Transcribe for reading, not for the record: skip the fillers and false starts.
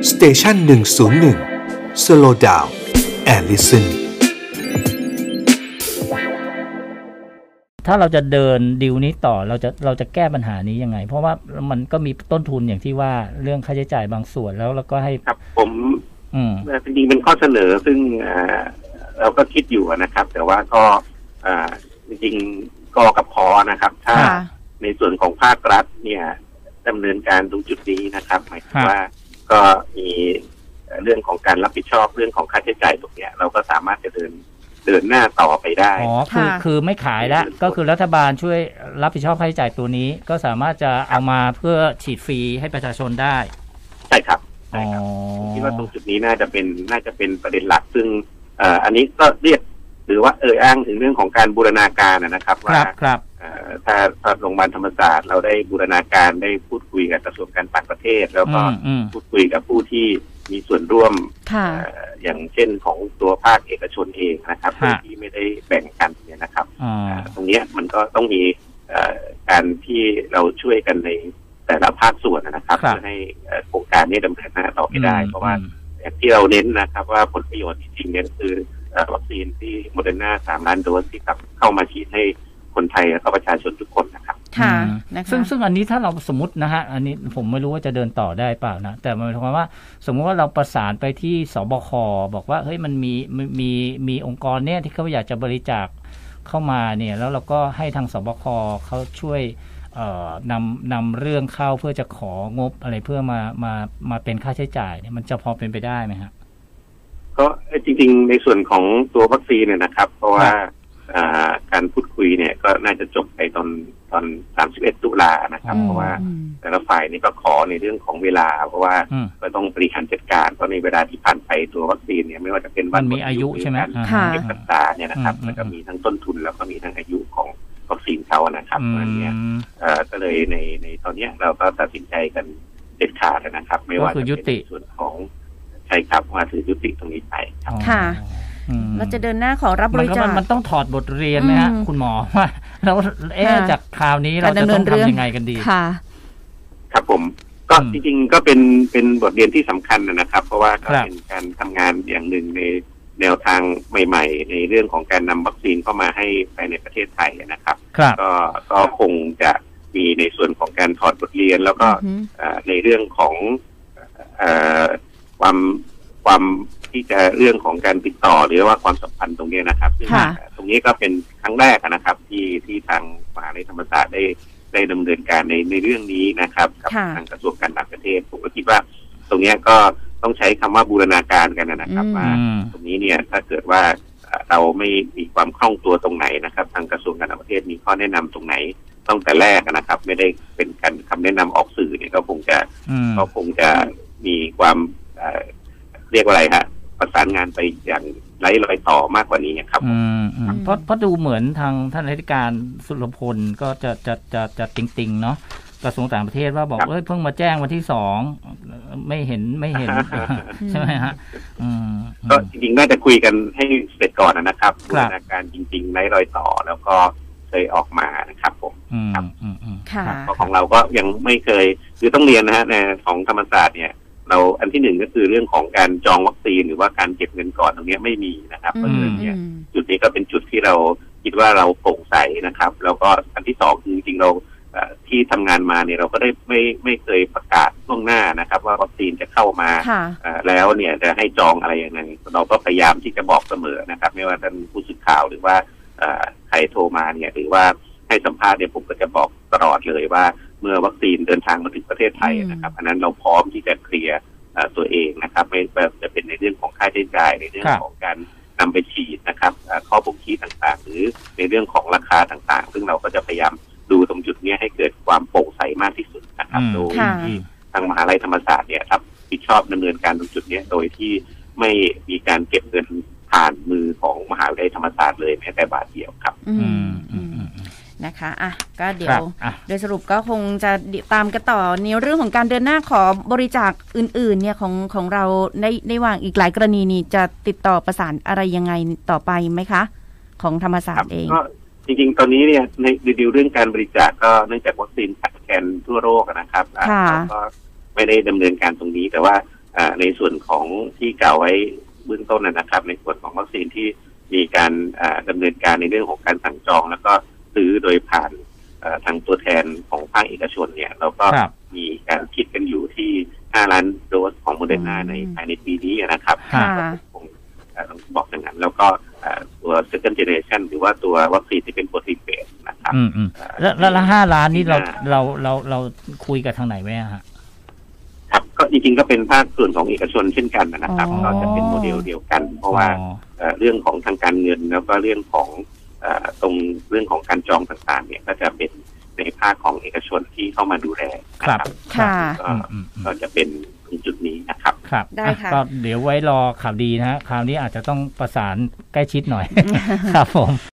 สเตชัน101 Slow Down and Listen ถ้าเราจะเดินดีลนี้ต่อเราจะแก้ปัญหานี้ยังไงเพราะว่ามันก็มีต้นทุนอย่างที่ว่าเรื่องค่าใช้จ่ายบางส่วนแล้วก็ให้ครับผมจริงๆเป็นข้อเสนอซึ่งเราก็คิดอยู่นะครับแต่ว่าก็จริงๆกกับพอนะครับถ้าในส่วนของภาครัฐเนี่ยดำเนินการตรงจุดนี้นะครับหมายถึงว่าก็มีเรื่องของการรับผิดชอบเรื่องของค่าใช้จ่ายตรงนี้เราก็สามารถจะเดินหน้าต่อไปได้คือไม่ขายแล้วก็คือรัฐบาลช่วยรับผิดชอบค่าใช้จ่ายตัวนี้ก็สามารถจะเอามาเพื่อฉีดฟรีให้ประชาชนได้ใช่ครับใช่ครับคิดว่าตรงจุดนี้น่าจะเป็นประเด็นหลักซึ่งอันนี้ก็เรียกหรือว่าอ้างถึงเรื่องของการบูรณาการนะครับว่าถ้าโรงพยาบาลธรรมศาสตร์เราได้บูรณาการได้พูดคุยกับกระทรวงการต่างประเทศแล้วก็พูดคุยกับผู้ที่มีส่วนร่วมอย่างเช่นของตัวภาคเอกชนเองนะครับที่ไม่ได้แบ่งกันเนี่ยนะครับตรงนี้มันก็ต้องมีการที่เราช่วยกันในแต่ละภาคส่วนนะครับเพื่อให้โครงการนี้ดำเนินหน้าต่อไปได้เพราะว่าอย่างที่เราเน้นนะครับว่าผลประโยชน์จริงๆเนี่ยคือวัคซีนที่โมเดอร์นา3 ล้านโดสที่เข้ามาฉีดให้คนไทยและประชาชนทุกคนนะครับค่ะซึ่งอันนี้ถ้าเราสมมตินะฮะอันนี้ผมไม่รู้ว่าจะเดินต่อได้เปล่านะแต่หมายความว่าสมมติว่าเราประสานไปที่สบคบอกว่าเฮ้ยมันมีองค์กรเนี่ยที่เขาอยากจะบริจาคเข้ามาเนี่ยแล้วเราก็ให้ทางสบคเขาช่วยนำเรื่องเข้าเพื่อจะของบอะไรเพื่อมาเป็นค่าใช้จ่ายเนี่ยมันจะพอเป็นไปได้ไหมครับก็จริงๆในส่วนของตัววัคซีนเนี่ยนะครับเพราะว่าการพูดคุยเนี่ยก็น่าจะจบไปตอน31 ตุลานะครับเพราะว่าแต่ละฝ่ายนี่ก็ขอในเรื่องของเวลาเพราะว่าก็ต้องบริหารจัดการเพราะในเวลาที่ผ่านไปตัววัคซีนเนี่ยไม่ว่าจะเป็นมันมีอายุใช่ไหมเก็บรักษาเนี่ยนะครับมันก็มีทั้งต้นทุนแล้วก็มีทั้งอายุของวัคซีนเขานะครับเพราะฉะนั้นเนี่ยก็เลยในตอนนี้เราก็ตัดสินใจกันเด็ดขาดนะครับไม่ว่าจะเป็นส่วนของใช่ครับว่าถือยุติตรงนี้ไปครับค่ะเราจะเดินหน้าขอรับบริจาคมันต้องถอดบทเรียนไหมฮะคุณหมอว่าเราจากคราวนี้เราจะต้องทำยังไงกันดีค่ะครับผมก็จริงๆก็เป็นบทเรียนที่สำคัญนะครับเพราะว่าก็เป็นการทำงานอย่างหนึ่งในแนวทางใหม่ๆในเรื่องของการนำวัคซีนเข้ามาให้ภายในประเทศไทยนะครับก็คงจะมีในส่วนของการถอดบทเรียนแล้วก็ในเรื่องของความที่จะเรื่องของการติดต่อหรือว่าความสัมพันธ์ตรงนี้นะครับซึ่งตรงนี้ก็เป็นครั้งแรกนะครับที่ทางมหาวิทยาลัยธรรมศาสตร์ได้ดำเนินการในเรื่องนี้นะครับกับทางกระทรวงการต่างประเทศผมก็คิดว่าตรงนี้ก็ต้องใช้คำว่าบูรณาการกันนะครับว่าตรงนี้เนี่ยถ้าเกิดว่าเราไม่มีความคล่องตัวตรงไหนนะครับทางกระทรวงการต่างประเทศมีข้อแนะนำตรงไหนตั้งแต่แรกนะครับไม่ได้เป็นการคำแนะนำออกสื่อเนี่ยก็คงจะมีความเรียกว่าอะไรฮะประสานงานไปอย่างไร้รอยต่อมากกว่านี้ครับเพราะดูเหมือนทางท่านอธิการสุรพลก็จะติงๆเนาะกระทรวงต่างประเทศว่าบอกเพิ่งมาแจ้งวันที่2ไม่เห็นใช่ไหมฮะก็จริงๆน่าจะคุยกันให้เสร็จก่อนนะครับบูรณาการจริงๆไร้รอยต่อแล้วก็เคยออกมานะครับผมครับของเราก็ยังไม่เคยคือต้องเรียนนะฮะในของธรรมศาสตร์เนี่ยเราอันที่หนึ่งก็คือเรื่องของการจองวัคซีนหรือว่าการเก็บเงินก่อนตรงนี้ไม่มีนะครับเพราะฉะนั้นเนี่ยจุดนี้ก็เป็นจุดที่เราคิดว่าเราโปร่งใสนะครับแล้วก็อันที่สองคือจริงๆเราที่ทำงานมาเนี่ยเราก็ได้ไม่เคยประกาศล่วงหน้านะครับว่าวัคซีนจะเข้ามาแล้วเนี่ยจะให้จองอะไรอย่างไรเราก็พยายามที่จะบอกเสมอนะครับไม่ว่าท่านผู้สื่อข่าวหรือว่าใครโทรมาเนี่ยหรือว่าให้สัมภาษณ์เนี่ยผมก็จะบอกตลอดเลยว่าเมื่อวัคซีนเดินทางมาถึงประเทศไทยนะครับอันนั้นเราพร้อมที่จะเคลียร์ตัวเองนะครับไม่จะเป็นในเรื่องของค่าใช้จ่ายในเรื่องของการนำไปฉีดนะครับข้อบ่งชี้ต่างๆหรือในเรื่องของราคาต่างๆซึ่งเราก็จะพยายามดูตรงจุดนี้ให้เกิดความโปร่งใสมากที่สุดนะครับโดยที่ทางมหาวิทยาลัยธรรมศาสตร์เนี่ยรับผิดชอบดำเนินการตรงจุดนี้โดยที่ไม่มีการเก็บเงินผ่านมือของมหาวิทยาลัยธรรมศาสตร์เลยแม้แต่บาทเดียวครับนะคะก็เดี๋ยวโดยสรุปก็คงจะตามกันต่อในเรื่องของการเดินหน้าขอบริจาคอื่นๆเนี่ยของเราในวางอีกหลายกรณีนี้จะติดต่อประสานอะไรยังไงต่อไปไหมคะของธรรมศาสตร์เองก็จริงๆตอนนี้เนี่ยในดีลเรื่องการบริจาคก็เนื่องจากวัคซีนขาดแคลนทั่วโลกนะครับก็ไม่ได้ดำเนินการตรงนี้แต่ว่าในส่วนของที่กล่าวไว้เบื้องต้นนะครับในส่วนของวัคซีนที่มีการดำเนินการในเรื่องของการสั่งจองแล้วก็ซื้อโดยผ่านทางตัวแทนของภาคเอกชนเนี่ยเราก็มีการคิดกันอยู่ที่5 ล้านโดสของโมเดอร์นาในภายในปีนี้นะครับคงต้องบอกอย่างนั้นแล้วก็ตัว second generation หรือว่าตัววัคซีนที่เป็นโปรตีนเบสนะครับแล้ว5 ล้านนี้เราคุยกับทางไหนไหมฮะครับก็จริงๆก็เป็นภาคส่วนของเอกชนเช่นกันนะครับก็จะเป็นโมเดลเดียวกันเพราะว่าเรื่องของทางการเงินแล้วก็เรื่องของตรงเรื่องของการจองต่างๆเนี่ยก็จะเป็นในภาคของเอกชนที่เข้ามาดูแลนะครับก็จะเป็นจุดนี้นะครับครับได้ค่ะก็เดี๋ยวไว้รอข่าวดีนะฮะคราวนี้อาจจะต้องประสานใกล้ชิดหน่อยครับผม